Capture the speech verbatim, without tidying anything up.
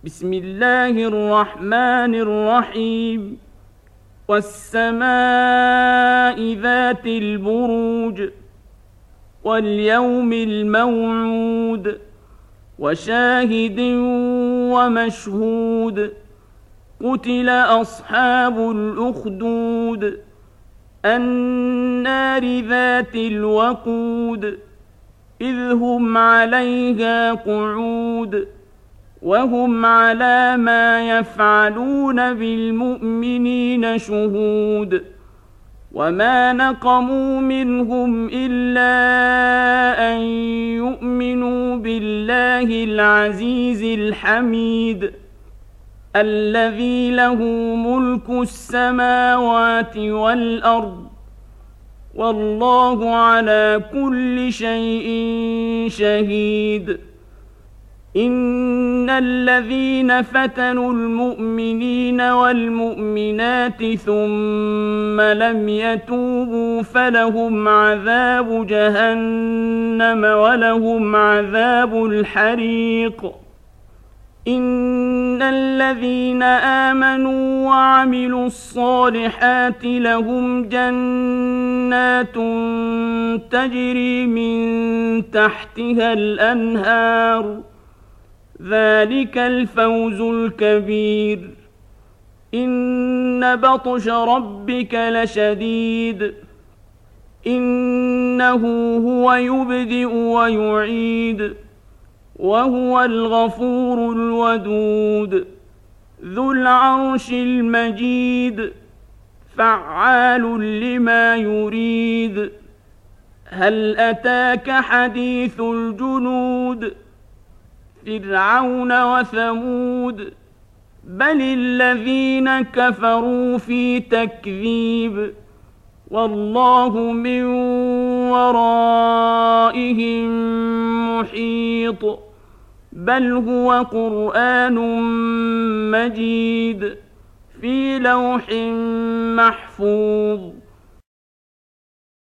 بسم الله الرحمن الرحيم والسماء ذات البروج واليوم الموعود وشاهد ومشهود قتل أصحاب الأخدود النار ذات الوقود إذ هم عليها قعود وهم على ما يفعلون بالمؤمنين شهود وما نقموا منهم إلا أن يؤمنوا بالله العزيز الحميد الذي له ملك السماوات والأرض والله على كل شيء شهيد إن الذين فتنوا المؤمنين والمؤمنات ثم لم يتوبوا فلهم عذاب جهنم ولهم عذاب الحريق إن الذين آمنوا وعملوا الصالحات لهم جنات تجري من تحتها الأنهار ذلك الفوز الكبير إن بطش ربك لشديد إنه هو يبدئ ويعيد وهو الغفور الودود ذو العرش المجيد فعال لما يريد هل أتاك حديث الجنود فرعون وثمود بل الذين كفروا في تكذيب والله من ورائهم محيط بل هو قرآن مجيد في لوح محفوظ